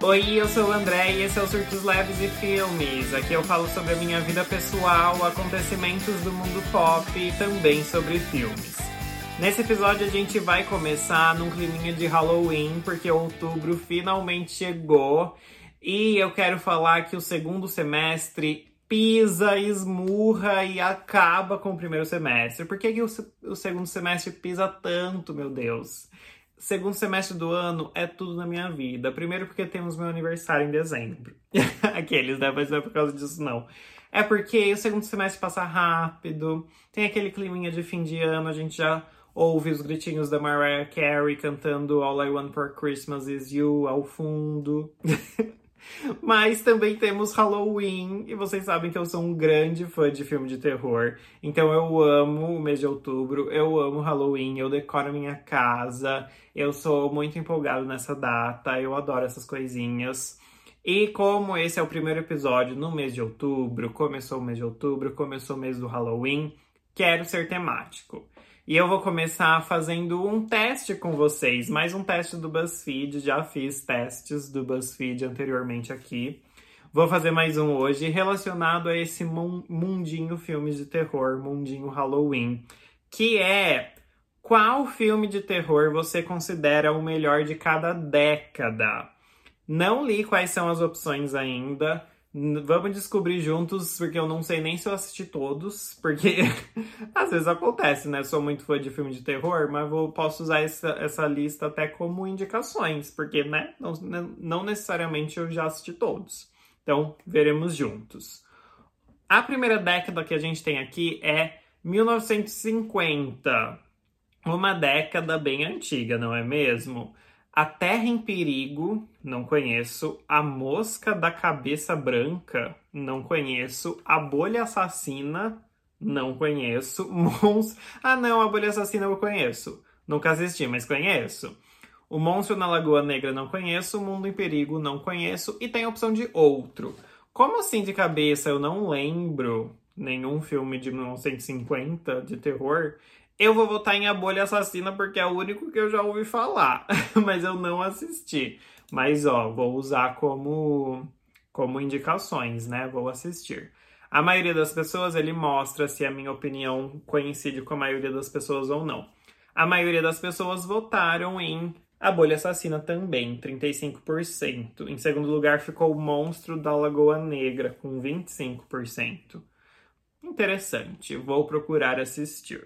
Oi, eu sou o André e esse é o Surtos Leves e Filmes. Aqui eu falo sobre a minha vida pessoal, acontecimentos do mundo pop e também sobre filmes. Nesse episódio a gente vai começar num climinha de Halloween, porque outubro finalmente chegou. E eu quero falar que o segundo semestre pisa, esmurra e acaba com o primeiro semestre. Por que o segundo semestre pisa tanto, meu Deus? Segundo semestre do ano é tudo na minha vida. Primeiro porque temos meu aniversário em dezembro. Aqueles, né? Mas não é por causa disso, não. É porque o segundo semestre passa rápido. Tem aquele climinha de fim de ano. A gente já ouve os gritinhos da Mariah Carey cantando All I Want for Christmas Is You ao fundo. Mas também temos Halloween, e vocês sabem que eu sou um grande fã de filme de terror. Então eu amo o mês de outubro, eu amo Halloween, eu decoro minha casa, eu sou muito empolgado nessa data, eu adoro essas coisinhas. E como esse é o primeiro episódio no mês de outubro, começou o mês de outubro, começou o mês do Halloween, quero ser temático. E eu vou começar fazendo um teste com vocês, mais um teste do BuzzFeed, já fiz testes do BuzzFeed anteriormente aqui. Vou fazer mais um hoje relacionado a esse mundinho filmes de terror, mundinho Halloween, que é: qual filme de terror você considera o melhor de cada década? Não li quais são as opções ainda. Vamos descobrir juntos, porque eu não sei nem se eu assisti todos, porque às vezes acontece, né? Sou muito fã de filme de terror, mas posso usar essa lista até como indicações, porque, né? Não necessariamente eu já assisti todos. Então, veremos juntos. A primeira década que a gente tem aqui é 1950. Uma década bem antiga, não é mesmo? A Terra em Perigo, não conheço. A Mosca da Cabeça Branca, não conheço. A Bolha Assassina, não conheço. Ah, não, a Bolha Assassina eu conheço. Nunca assisti, mas conheço. O Monstro na Lagoa Negra, não conheço. O Mundo em Perigo, não conheço. E tem a opção de outro. Como assim de cabeça eu não lembro nenhum filme de 1950 de terror, eu vou votar em A Bolha Assassina porque é o único que eu já ouvi falar, mas eu não assisti. Mas, ó, vou usar como indicações, né? Vou assistir. A maioria das pessoas, ele mostra se a minha opinião coincide com a maioria das pessoas ou não. A maioria das pessoas votaram em A Bolha Assassina também, 35%. Em segundo lugar ficou O Monstro da Lagoa Negra, com 25%. Interessante, vou procurar assistir.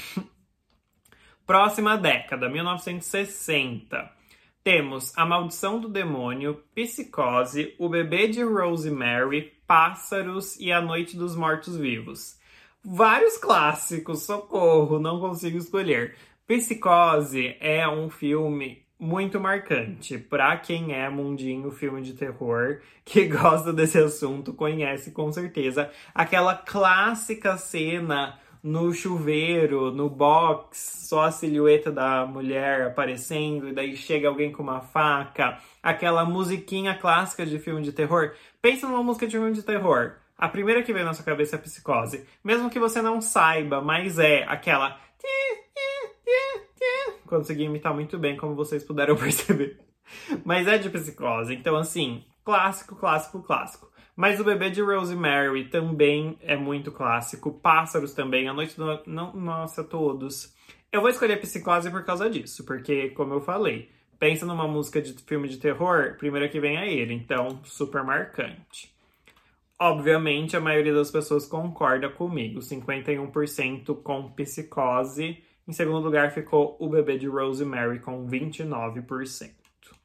Próxima década, 1960. Temos A Maldição do Demônio, Psicose, O Bebê de Rosemary, Pássaros e A Noite dos Mortos-Vivos. Vários clássicos, socorro, não consigo escolher. Psicose é um filme muito marcante. Pra quem é mundinho filme de terror, que gosta desse assunto, conhece com certeza aquela clássica cena no chuveiro, no box, só a silhueta da mulher aparecendo, e daí chega alguém com uma faca, aquela musiquinha clássica de filme de terror. Pensa numa música de filme de terror. A primeira que vem na sua cabeça é Psicose. Mesmo que você não saiba, mas é aquela... Consegui imitar muito bem, como vocês puderam perceber. Mas é de Psicose. Então, assim, clássico, clássico, clássico. Mas O Bebê de Rosemary também é muito clássico. Pássaros também. A Noite do... Não, nossa, todos. Eu vou escolher Psicose por causa disso. Porque, como eu falei, pensa numa música de filme de terror, primeiro que vem é ele. Então, super marcante. Obviamente, a maioria das pessoas concorda comigo. 51% com Psicose. Em segundo lugar ficou O Bebê de Rosemary, com 29%.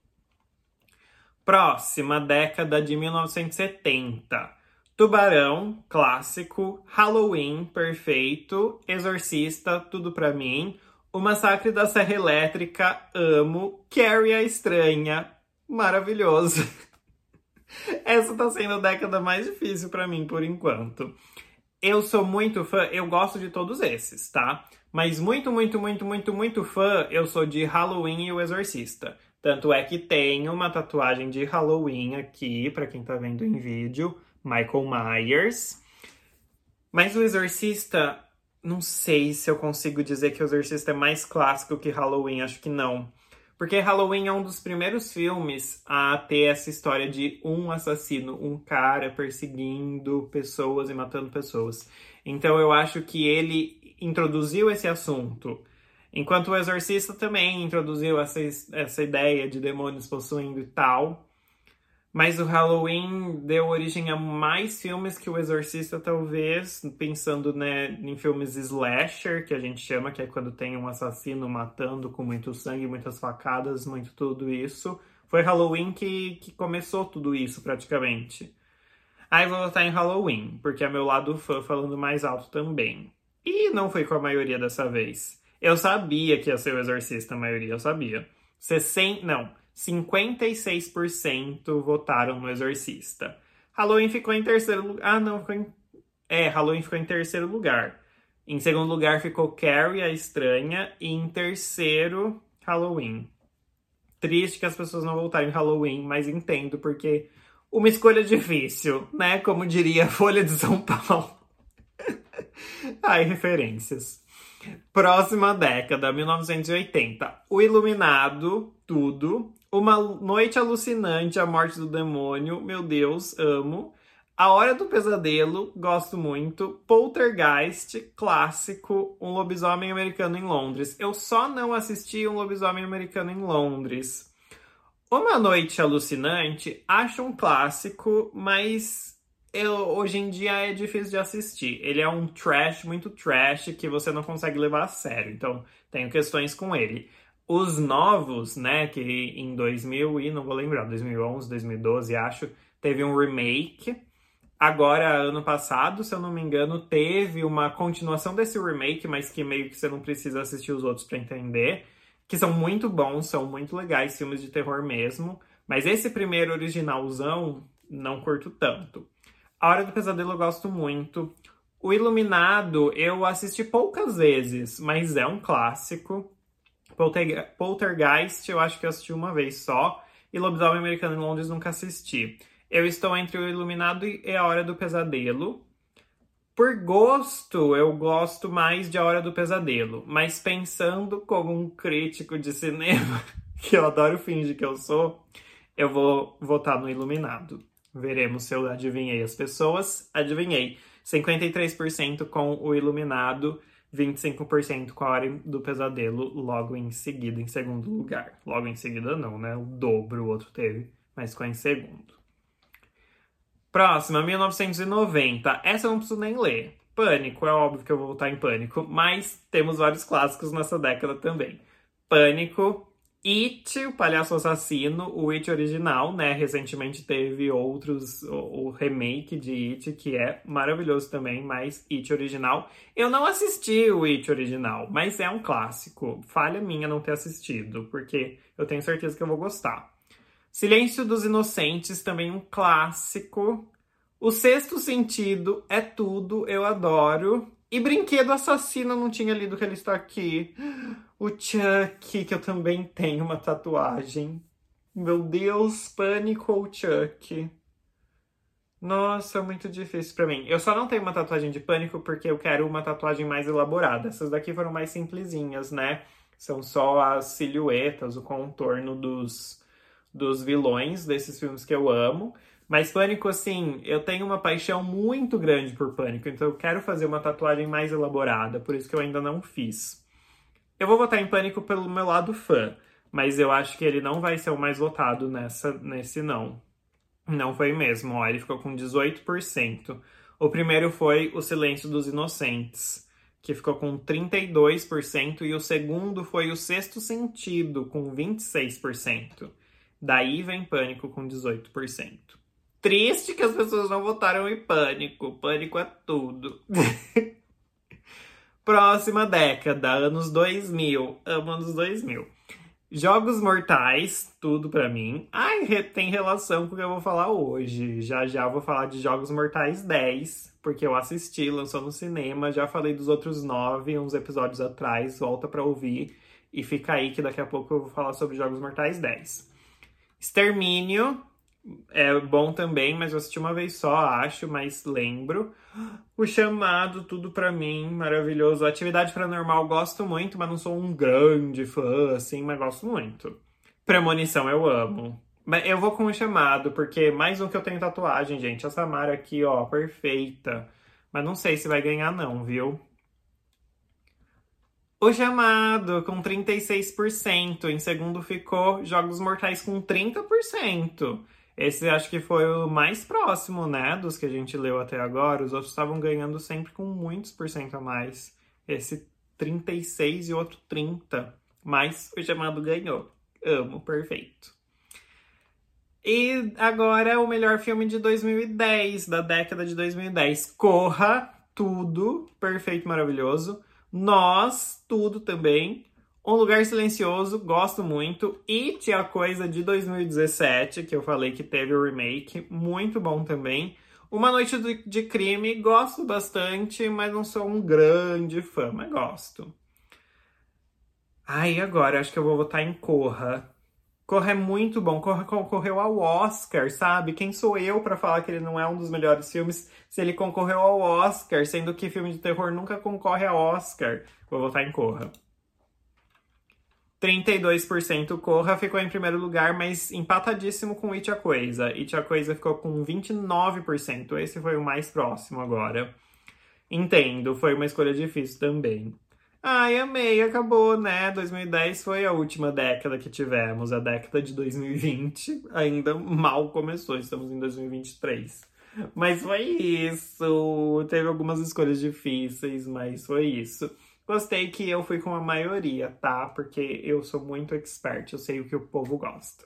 Próxima década de 1970. Tubarão, clássico. Halloween, perfeito. Exorcista, tudo pra mim. O Massacre da Serra Elétrica, amo. Carrie a Estranha, maravilhoso. Essa tá sendo a década mais difícil pra mim, por enquanto. Eu sou muito fã, eu gosto de todos esses, tá? Mas muito fã, eu sou de Halloween e O Exorcista. Tanto é que tem uma tatuagem de Halloween aqui, pra quem tá vendo em vídeo, Michael Myers. Mas O Exorcista, não sei se eu consigo dizer que O Exorcista é mais clássico que Halloween, acho que não. Porque Halloween é um dos primeiros filmes a ter essa história de um assassino, um cara perseguindo pessoas e matando pessoas. Então eu acho que ele introduziu esse assunto. Enquanto o Exorcista também introduziu essa ideia de demônios possuindo e tal. Mas o Halloween deu origem a mais filmes que o Exorcista, talvez, pensando, né, em filmes slasher, que a gente chama, que é quando tem um assassino matando com muito sangue, muitas facadas, muito tudo isso. Foi Halloween que começou tudo isso, praticamente. Aí vou votar em Halloween, porque é meu lado fã falando mais alto também. E não foi com a maioria dessa vez. Eu sabia que ia ser o Exorcista, a maioria, eu sabia. 56% votaram no Exorcista. Halloween ficou em terceiro lugar. Ah, não, Halloween ficou em terceiro lugar. Em segundo lugar ficou Carrie, a Estranha. E em terceiro, Halloween. Triste que as pessoas não votaram em Halloween, mas entendo, porque uma escolha difícil, né? Como diria a Folha de São Paulo. Ai, referências. Próxima década, 1980. O Iluminado, tudo. Uma Noite Alucinante, A Morte do Demônio, meu Deus, amo. A Hora do Pesadelo, gosto muito. Poltergeist, clássico. Um Lobisomem Americano em Londres. Eu só não assisti Um Lobisomem Americano em Londres. Uma Noite Alucinante, acho um clássico, mas hoje em dia é difícil de assistir. Ele é um trash, muito trash, que você não consegue levar a sério. Então, tenho questões com ele. Os novos, né, que em 2000 e não vou lembrar, 2011, 2012, acho, teve um remake. Agora, ano passado, se eu não me engano, teve uma continuação desse remake, mas que meio que você não precisa assistir os outros para entender. Que são muito bons, são muito legais, filmes de terror mesmo. Mas esse primeiro originalzão, não curto tanto. A Hora do Pesadelo eu gosto muito. O Iluminado eu assisti poucas vezes, mas é um clássico. Poltergeist eu acho que eu assisti uma vez só. E Lobisomem Americano em Londres nunca assisti. Eu estou entre o Iluminado e A Hora do Pesadelo. Por gosto, eu gosto mais de A Hora do Pesadelo. Mas pensando como um crítico de cinema, que eu adoro fingir que eu sou, eu vou votar no Iluminado. Veremos se eu adivinhei as pessoas. Adivinhei. 53% com o Iluminado, 25% com A Hora do Pesadelo, logo em seguida, em segundo lugar. Logo em seguida não, né? O dobro o outro teve, mas ficou em segundo. Próxima, 1990. Essa eu não preciso nem ler. Pânico, é óbvio que eu vou votar em Pânico, mas temos vários clássicos nessa década também. Pânico, It, o Palhaço Assassino, o It original, né? Recentemente teve o remake de It, que é maravilhoso também, mas It original. Eu não assisti o It original, mas é um clássico. Falha minha não ter assistido, porque eu tenho certeza que eu vou gostar. Silêncio dos Inocentes, também um clássico. O Sexto Sentido é tudo, eu adoro. E Brinquedo Assassino, eu não tinha lido que ele está aqui. O Chuck, que eu também tenho uma tatuagem. Meu Deus, Pânico ou Chuck? Nossa, muito difícil pra mim. Eu só não tenho uma tatuagem de Pânico porque eu quero uma tatuagem mais elaborada. Essas daqui foram mais simplesinhas, né? São só as silhuetas, o contorno dos vilões desses filmes que eu amo. Mas Pânico, assim, eu tenho uma paixão muito grande por Pânico, então eu quero fazer uma tatuagem mais elaborada, por isso que eu ainda não fiz. Eu vou votar em Pânico pelo meu lado fã, mas eu acho que ele não vai ser o mais votado nesse não. Não foi mesmo, ó, ele ficou com 18%. O primeiro foi O Silêncio dos Inocentes, que ficou com 32%, e o segundo foi O Sexto Sentido, com 26%. Daí vem Pânico com 18%. Triste que as pessoas não votaram em Pânico. Pânico é tudo. Próxima década, anos 2000. Amo anos 2000. Jogos Mortais, tudo pra mim. Ai, tem relação com o que eu vou falar hoje. Já vou falar de Jogos Mortais 10, porque eu assisti, lançou no cinema. Já falei dos outros 9, uns episódios atrás. Volta pra ouvir. E fica aí que daqui a pouco eu vou falar sobre Jogos Mortais 10. Extermínio é bom também, mas eu assisti uma vez só, acho, mas lembro. O Chamado, tudo pra mim, maravilhoso. Atividade Paranormal, gosto muito, mas não sou um grande fã, assim, mas gosto muito. Premonição eu amo. Mas eu vou com o Chamado, porque mais um que eu tenho tatuagem, gente. A Samara aqui, ó, perfeita. Mas não sei se vai ganhar não, viu? O Chamado com 36%. Em segundo ficou Jogos Mortais com 30%. Esse acho que foi o mais próximo, né, dos que a gente leu até agora. Os outros estavam ganhando sempre com muitos por cento a mais. Esse 36 e outro 30. Mas o Chamado ganhou. Amo, perfeito. E agora o melhor filme de 2010, da década de 2010. Corra, tudo, perfeito, maravilhoso. Nós, tudo também. Um Lugar Silencioso, gosto muito. It, a Coisa de 2017, que eu falei que teve o remake, muito bom também. Uma Noite de Crime, gosto bastante, mas não sou um grande fã, mas gosto. Ai, agora acho que eu vou votar em Corra. Corra é muito bom. Corra concorreu ao Oscar, sabe? Quem sou eu pra falar que ele não é um dos melhores filmes se ele concorreu ao Oscar, sendo que filme de terror nunca concorre ao Oscar? Vou votar em Corra. 32% Corra ficou em primeiro lugar, mas empatadíssimo com It a Coisa. It a Coisa ficou com 29%. Esse foi o mais próximo agora. Entendo, foi uma escolha difícil também. Ai, amei, acabou, né? 2010 foi a última década que tivemos. A década de 2020 ainda mal começou, estamos em 2023. Mas foi isso. Teve algumas escolhas difíceis, mas foi isso. Gostei que eu fui com a maioria, tá? Porque eu sou muito expert, eu sei o que o povo gosta.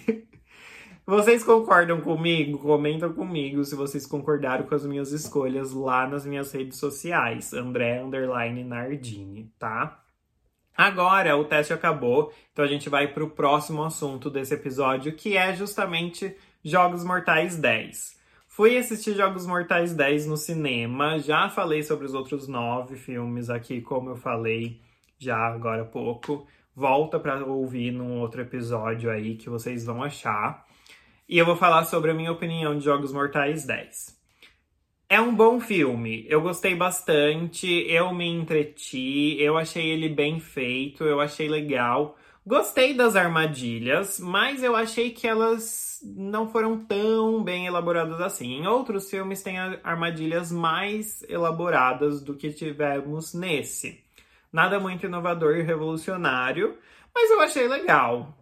Vocês concordam comigo? Comentam comigo se vocês concordaram com as minhas escolhas lá nas minhas redes sociais, André_Nardini, tá? Agora o teste acabou, então a gente vai pro próximo assunto desse episódio, que é justamente Jogos Mortais 10. Fui assistir Jogos Mortais 10 no cinema, já falei sobre os outros 9 filmes aqui, como eu falei já agora há pouco. Volta pra ouvir num outro episódio aí que vocês vão achar. E eu vou falar sobre a minha opinião de Jogos Mortais 10. É um bom filme, eu gostei bastante, eu me entreti, eu achei ele bem feito, eu achei legal. Gostei das armadilhas, mas eu achei que elas não foram tão bem elaboradas assim. Em outros filmes tem armadilhas mais elaboradas do que tivemos nesse. Nada muito inovador e revolucionário, mas eu achei legal.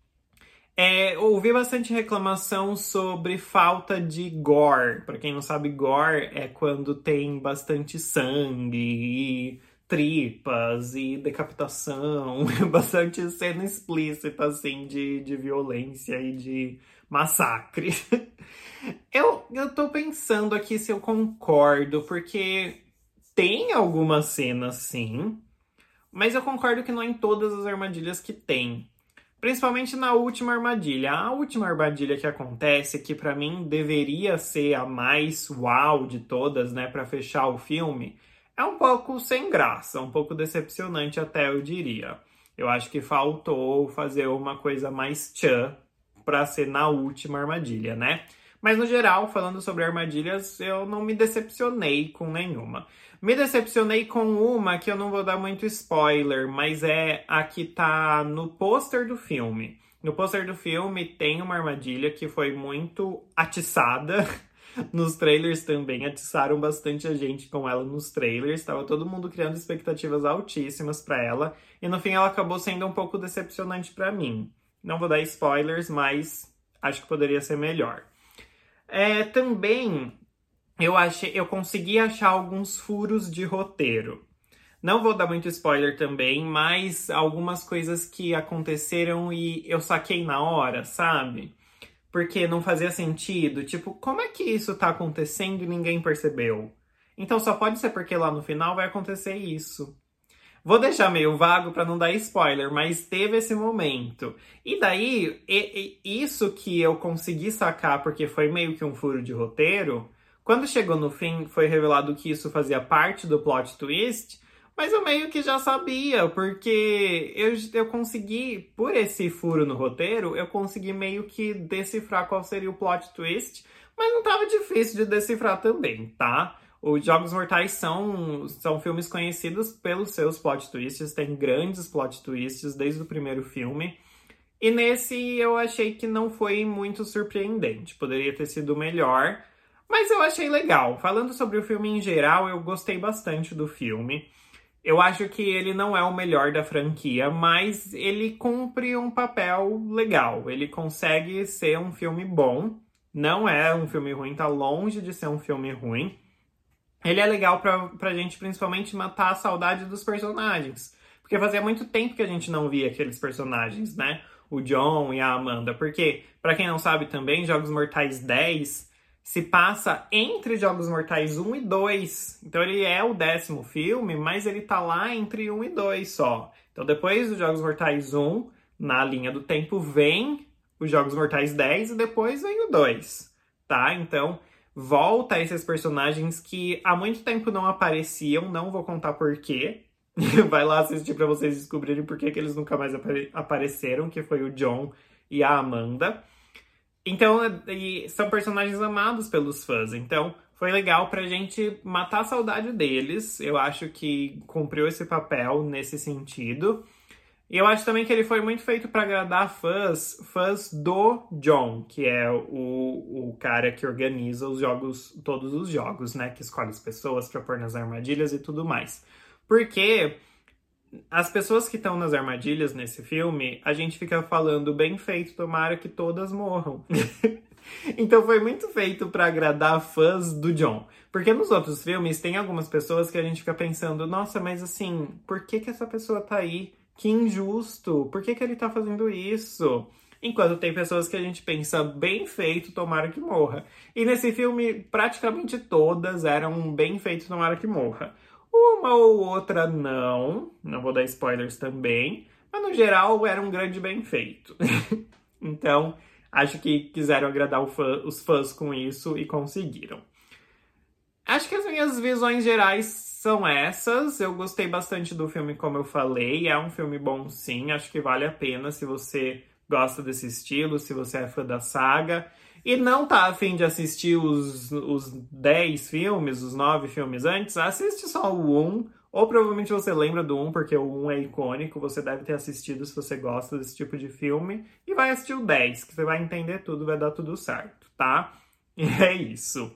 Ouvi bastante reclamação sobre falta de gore. Pra quem não sabe, gore é quando tem bastante sangue e tripas e decapitação, bastante cena explícita, assim, de violência e de massacre. Eu tô pensando aqui se eu concordo, porque tem algumas cenas, sim, mas eu concordo que não é em todas as armadilhas que tem. Principalmente na última armadilha. A última armadilha que acontece, que pra mim deveria ser a mais uau de todas, né, pra fechar o filme, é um pouco sem graça, um pouco decepcionante até, eu diria. Eu acho que faltou fazer uma coisa mais tchan pra ser na última armadilha, né? Mas no geral, falando sobre armadilhas, eu não me decepcionei com nenhuma. Me decepcionei com uma que eu não vou dar muito spoiler, mas é a que tá no pôster do filme. No pôster do filme tem uma armadilha que foi muito atiçada. Nos trailers também atiçaram bastante a gente com ela nos trailers. Tava todo mundo criando expectativas altíssimas pra ela. E no fim ela acabou sendo um pouco decepcionante pra mim. Não vou dar spoilers, mas acho que poderia ser melhor. Também eu consegui achar alguns furos de roteiro. Não vou dar muito spoiler também, mas algumas coisas que aconteceram e eu saquei na hora, sabe? Porque não fazia sentido. Tipo, como é que isso tá acontecendo e ninguém percebeu? Então só pode ser porque lá no final vai acontecer isso. Vou deixar meio vago para não dar spoiler, mas teve esse momento. E daí, isso que eu consegui sacar porque foi meio que um furo de roteiro, quando chegou no fim, foi revelado que isso fazia parte do plot twist, mas eu meio que já sabia, porque eu consegui, por esse furo no roteiro, eu consegui meio que decifrar qual seria o plot twist, mas não tava difícil de decifrar também, tá? Os Jogos Mortais são filmes conhecidos pelos seus plot twists, tem grandes plot twists desde o primeiro filme. E nesse eu achei que não foi muito surpreendente. Poderia ter sido melhor, mas eu achei legal. Falando sobre o filme em geral, eu gostei bastante do filme. Eu acho que ele não é o melhor da franquia, mas ele cumpre um papel legal. Ele consegue ser um filme bom. Não é um filme ruim, tá longe de ser um filme ruim. Ele é legal pra gente principalmente matar a saudade dos personagens. Porque fazia muito tempo que a gente não via aqueles personagens, né? O John e a Amanda. Porque, pra quem não sabe também, Jogos Mortais 10 se passa entre Jogos Mortais 1 e 2. Então ele é o 10º filme, mas ele tá lá entre 1 e 2 só. Então depois dos Jogos Mortais 1, na linha do tempo, vem os Jogos Mortais 10 e depois vem o 2, tá? Então volta esses personagens que há muito tempo não apareciam, não vou contar por quê. Vai lá assistir pra vocês descobrirem por que eles nunca mais apareceram, que foi o John e a Amanda. Então, são personagens amados pelos fãs, então foi legal pra gente matar a saudade deles. Eu acho que cumpriu esse papel nesse sentido. E eu acho também que ele foi muito feito pra agradar fãs do John, que é o cara que organiza os jogos, todos os jogos, né? Que escolhe as pessoas pra pôr nas armadilhas e tudo mais. Porque as pessoas que estão nas armadilhas nesse filme, a gente fica falando bem feito, tomara que todas morram. Então foi muito feito pra agradar fãs do John. Porque nos outros filmes tem algumas pessoas que a gente fica pensando, nossa, mas assim, por que essa pessoa tá aí? Que injusto! Por que ele tá fazendo isso? Enquanto tem pessoas que a gente pensa, bem feito, tomara que morra. E nesse filme, praticamente todas eram bem feito, tomara que morra. Uma ou outra não vou dar spoilers também, mas no geral era um grande bem feito. Então, acho que quiseram agradar os fãs com isso e conseguiram. Acho que as minhas visões gerais são essas. Eu gostei bastante do filme, como eu falei. É um filme bom, sim. Acho que vale a pena se você gosta desse estilo, se você é fã da saga. E não tá a fim de assistir os 10 filmes, os 9 filmes antes, assiste só o 1. Ou provavelmente você lembra do 1, porque o 1 é icônico. Você deve ter assistido se você gosta desse tipo de filme. E vai assistir o 10, que você vai entender tudo, vai dar tudo certo, tá? E é isso.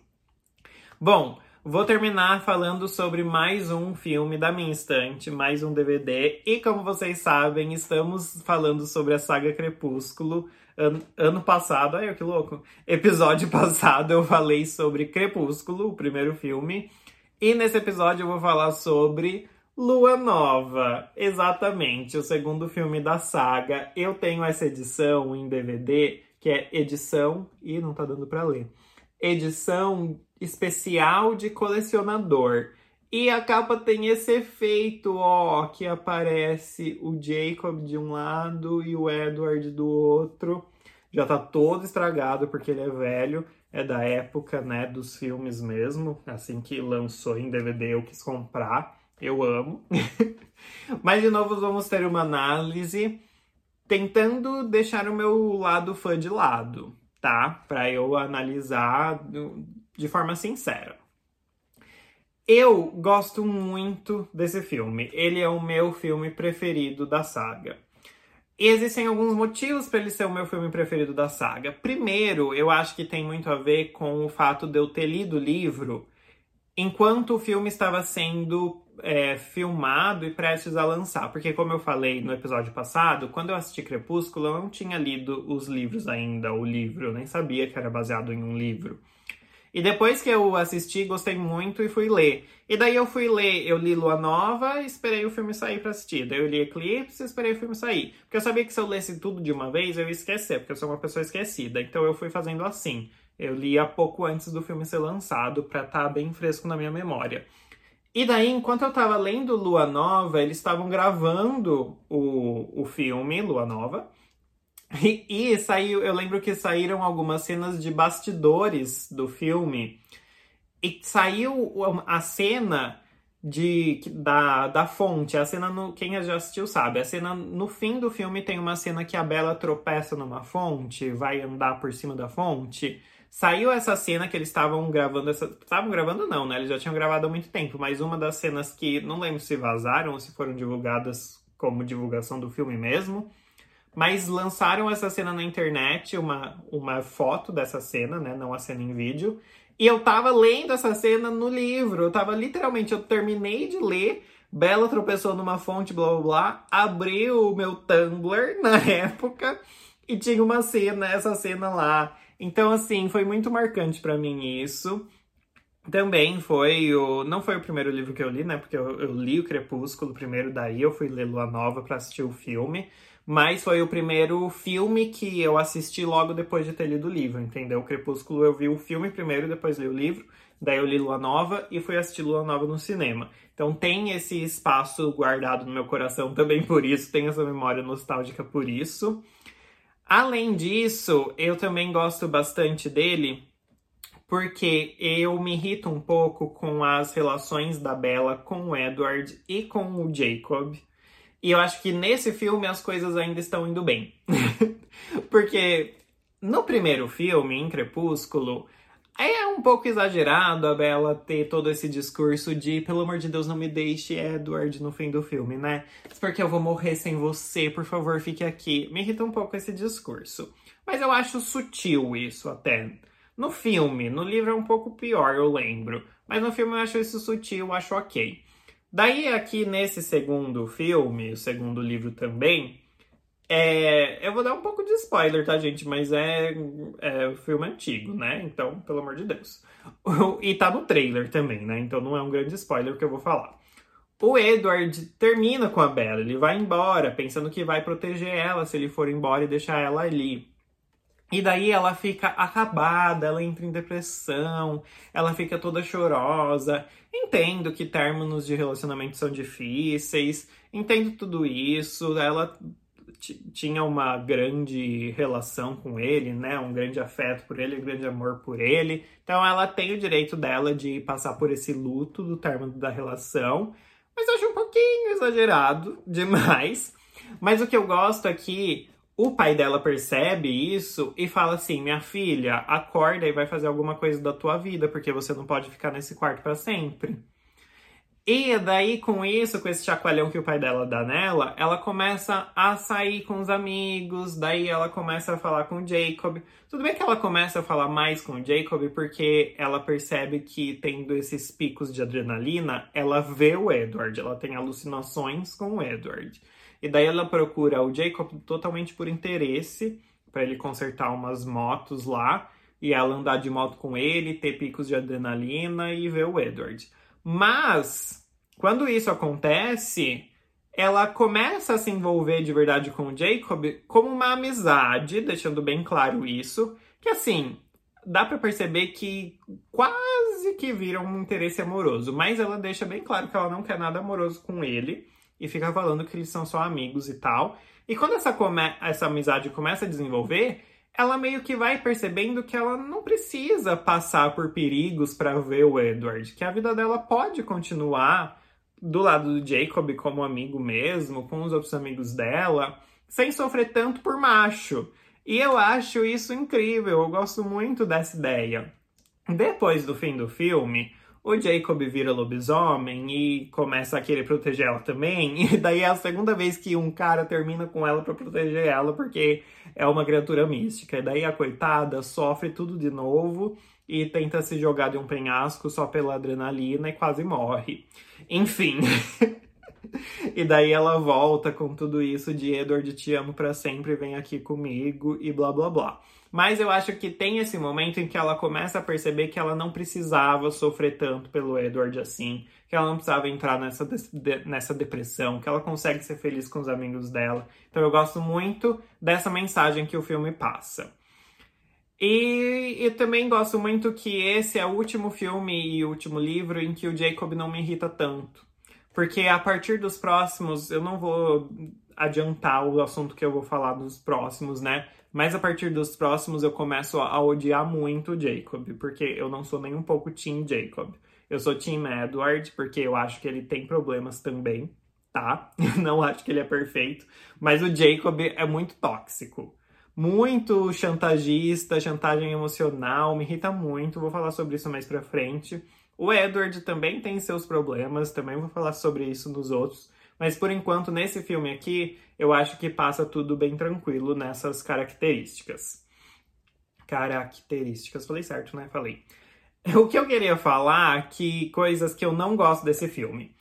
Bom, vou terminar falando sobre mais um filme da minha estante, mais um DVD. E como vocês sabem, estamos falando sobre a saga Crepúsculo. Ano passado, ai, que louco! Episódio passado eu falei sobre Crepúsculo, o primeiro filme. E nesse episódio eu vou falar sobre Lua Nova. Exatamente, o segundo filme da saga. Eu tenho essa edição em DVD, que é edição... Ih, não tá dando pra ler. Edição especial de colecionador. E a capa tem esse efeito, ó, que aparece o Jacob de um lado e o Edward do outro. Já tá todo estragado porque ele é velho, é da época, né, dos filmes mesmo. Assim que lançou em DVD eu quis comprar, eu amo. Mas de novo vamos ter uma análise tentando deixar o meu lado fã de lado, tá? Pra eu analisar de forma sincera. Eu gosto muito desse filme. Ele é o meu filme preferido da saga. E existem alguns motivos para ele ser o meu filme preferido da saga. Primeiro, eu acho que tem muito a ver com o fato de eu ter lido o livro enquanto o filme estava sendo filmado e prestes a lançar. Porque, como eu falei no episódio passado, quando eu assisti Crepúsculo, eu não tinha lido os livros ainda, o livro. Eu nem sabia que era baseado em um livro. E depois que eu assisti, gostei muito e fui ler. E daí eu fui ler, eu li Lua Nova e esperei o filme sair pra assistir. Daí eu li Eclipse e esperei o filme sair. Porque eu sabia que se eu lesse tudo de uma vez, eu ia esquecer, porque eu sou uma pessoa esquecida. Então eu fui fazendo assim. Eu li pouco antes do filme ser lançado, pra estar bem fresco na minha memória. E daí, enquanto eu tava lendo Lua Nova, eles estavam gravando o filme Lua Nova. E saiu, eu lembro que saíram algumas cenas de bastidores do filme. E saiu a cena da fonte. A cena, quem já assistiu sabe. A cena no fim do filme tem uma cena que a Bella tropeça numa fonte, vai andar por cima da fonte. Saiu essa cena que eles estavam gravando. Estavam gravando não, né? Eles já tinham gravado há muito tempo. Mas uma das cenas que não lembro se vazaram ou se foram divulgadas como divulgação do filme mesmo. mas lançaram essa cena na internet, uma foto dessa cena, né? Não a cena em vídeo. E eu tava lendo essa cena no livro. Eu terminei de ler, Bella tropeçou numa fonte, blá blá blá, abri o meu Tumblr na época e tinha essa cena lá. Então, assim, foi muito marcante pra mim isso. Também não foi o primeiro livro que eu li, né? Porque eu li o Crepúsculo primeiro, daí eu fui ler Lua Nova pra assistir o filme. Mas foi o primeiro filme que eu assisti logo depois de ter lido o livro, entendeu? O Crepúsculo eu vi o filme primeiro, depois li o livro. Daí eu li Lua Nova e fui assistir Lua Nova no cinema. Então tem esse espaço guardado no meu coração também por isso, tem essa memória nostálgica por isso. Além disso, eu também gosto bastante dele porque eu me irrito um pouco com as relações da Bella com o Edward e com o Jacob. E eu acho que nesse filme as coisas ainda estão indo bem. Porque no primeiro filme, em Crepúsculo, é um pouco exagerado a Bella ter todo esse discurso de pelo amor de Deus, não me deixe, Edward, no fim do filme, né? Porque eu vou morrer sem você, por favor, fique aqui. Me irrita um pouco esse discurso. Mas eu acho sutil isso até. No filme, no livro é um pouco pior, eu lembro. Mas no filme eu acho isso sutil, eu acho ok. Daí aqui nesse segundo filme, o segundo livro também, eu vou dar um pouco de spoiler, tá, gente? Mas o filme antigo, né? Então, pelo amor de Deus. E tá no trailer também, né? Então não é um grande spoiler que eu vou falar. O Edward termina com a Bella, ele vai embora, pensando que vai proteger ela se ele for embora e deixar ela ali. E daí ela fica acabada, ela entra em depressão, ela fica toda chorosa. Entendo que términos de relacionamento são difíceis, entendo tudo isso. Ela tinha uma grande relação com ele, né? Um grande afeto por ele, um grande amor por ele. Então ela tem o direito dela de passar por esse luto do término da relação. Mas eu acho um pouquinho exagerado demais. Mas o que eu gosto é que o pai dela percebe isso e fala assim, minha filha, acorda e vai fazer alguma coisa da tua vida, porque você não pode ficar nesse quarto para sempre. E daí, com isso, com esse chacoalhão que o pai dela dá nela, ela começa a sair com os amigos, daí ela começa a falar com o Jacob. Tudo bem que ela começa a falar mais com o Jacob porque ela percebe que, tendo esses picos de adrenalina, ela vê o Edward, ela tem alucinações com o Edward. E daí ela procura o Jacob totalmente por interesse, para ele consertar umas motos lá, e ela andar de moto com ele, ter picos de adrenalina e ver o Edward. Mas, quando isso acontece, ela começa a se envolver de verdade com o Jacob como uma amizade, deixando bem claro isso, que assim, dá pra perceber que quase que vira um interesse amoroso, mas ela deixa bem claro que ela não quer nada amoroso com ele, e fica falando que eles são só amigos e tal. E quando essa amizade começa a desenvolver, ela meio que vai percebendo que ela não precisa passar por perigos para ver o Edward, que a vida dela pode continuar do lado do Jacob como amigo mesmo, com os outros amigos dela, sem sofrer tanto por macho. E eu acho isso incrível, eu gosto muito dessa ideia. Depois do fim do filme, o Jacob vira lobisomem e começa a querer proteger ela também. E daí é a segunda vez que um cara termina com ela pra proteger ela, porque é uma criatura mística. E daí a coitada sofre tudo de novo e tenta se jogar de um penhasco só pela adrenalina e quase morre. Enfim. E daí ela volta com tudo isso de Edward, te amo pra sempre, vem aqui comigo e blá blá blá. Mas eu acho que tem esse momento em que ela começa a perceber que ela não precisava sofrer tanto pelo Edward assim, que ela não precisava entrar nessa depressão, que ela consegue ser feliz com os amigos dela. Então eu gosto muito dessa mensagem que o filme passa. E também gosto muito que esse é o último filme e o último livro em que o Jacob não me irrita tanto. Porque a partir dos próximos, eu não vou adiantar o assunto que eu vou falar dos próximos, né? Mas a partir dos próximos eu começo a odiar muito o Jacob, porque eu não sou nem um pouco Team Jacob. Eu sou Team Edward, porque eu acho que ele tem problemas também, tá? Não acho que ele é perfeito, mas o Jacob é muito tóxico. Muito chantagista, chantagem emocional, me irrita muito, vou falar sobre isso mais pra frente. O Edward também tem seus problemas, também vou falar sobre isso nos outros, Mas por enquanto, nesse filme aqui, eu acho que passa tudo bem tranquilo nessas características. Características, falei certo, né? Falei. O que eu queria falar, que coisas que eu não gosto desse filme.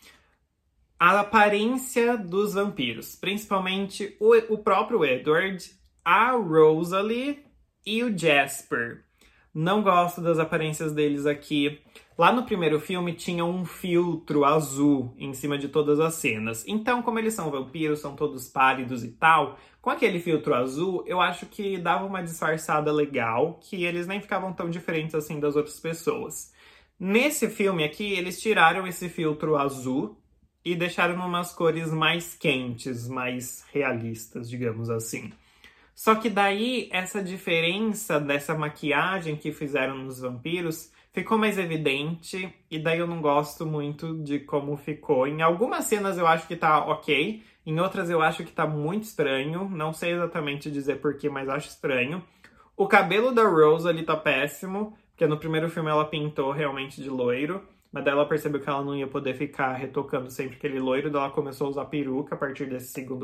A aparência dos vampiros, principalmente o próprio Edward, a Rosalie e o Jasper. Não gosto das aparências deles aqui. Lá no primeiro filme tinha um filtro azul em cima de todas as cenas. Então, como eles são vampiros, são todos pálidos e tal, com aquele filtro azul, eu acho que dava uma disfarçada legal, que eles nem ficavam tão diferentes assim das outras pessoas. Nesse filme aqui, eles tiraram esse filtro azul e deixaram umas cores mais quentes, mais realistas, digamos assim. Só que daí, essa diferença dessa maquiagem que fizeram nos vampiros ficou mais evidente, e daí eu não gosto muito de como ficou. Em algumas cenas eu acho que tá ok, em outras eu acho que tá muito estranho, não sei exatamente dizer porquê, mas acho estranho. O cabelo da Rose ali tá péssimo, porque no primeiro filme ela pintou realmente de loiro, mas daí ela percebeu que ela não ia poder ficar retocando sempre aquele loiro, daí ela começou a usar peruca a partir desse segundo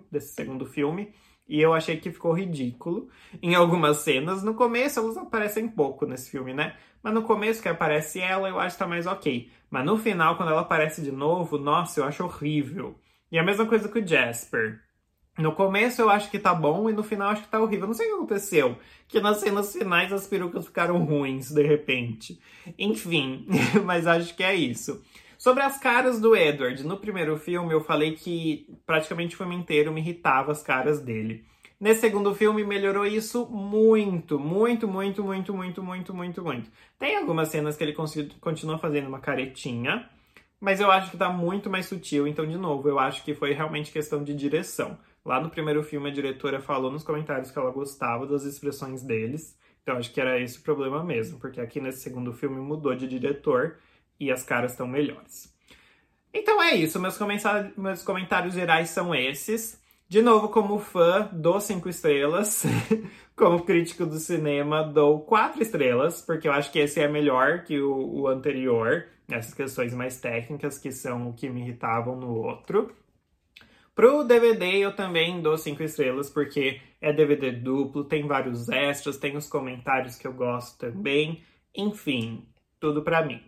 filme. E eu achei que ficou ridículo em algumas cenas. No começo, elas aparecem pouco nesse filme, né? Mas no começo, que aparece ela, eu acho que tá mais ok. Mas no final, quando ela aparece de novo, nossa, eu acho horrível. E a mesma coisa com o Jasper. No começo eu acho que tá bom e no final eu acho que tá horrível. Não sei o que aconteceu. Que nas cenas finais as perucas ficaram ruins, de repente. Enfim, mas acho que é isso. Sobre as caras do Edward, no primeiro filme eu falei que praticamente o filme inteiro me irritava as caras dele. Nesse segundo filme melhorou isso muito, muito, muito, muito, muito, muito, muito, muito. Tem algumas cenas que ele continua fazendo uma caretinha, mas eu acho que tá muito mais sutil, então, de novo, eu acho que foi realmente questão de direção. Lá no primeiro filme a diretora falou nos comentários que ela gostava das expressões deles, então acho que era esse o problema mesmo, porque aqui nesse segundo filme mudou de diretor, e as caras estão melhores. Então é isso, meus comentários gerais são esses. De novo, como fã, dou 5 estrelas. Como crítico do cinema, dou 4 estrelas, porque eu acho que esse é melhor que o anterior. Essas questões mais técnicas, que são o que me irritavam no outro. Pro DVD eu também dou 5 estrelas, porque é DVD duplo, tem vários extras, tem os comentários que eu gosto também. Enfim, tudo pra mim.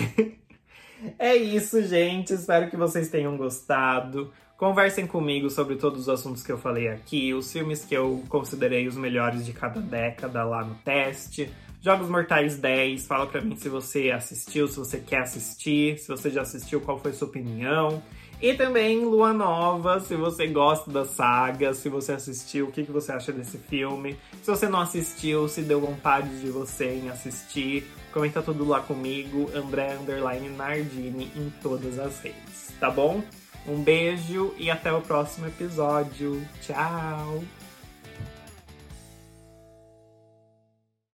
É isso, gente. Espero que vocês tenham gostado. Conversem comigo sobre todos os assuntos que eu falei aqui, os filmes que eu considerei os melhores de cada década lá no teste. Jogos Mortais 10, fala pra mim se você assistiu, se você quer assistir, se você já assistiu, qual foi a sua opinião. E também Lua Nova, se você gosta da saga, se você assistiu, o que você acha desse filme. Se você não assistiu, se deu vontade de você em assistir, comenta tudo lá comigo, André_Nardini em todas as redes, tá bom? Um beijo e até o próximo episódio. Tchau!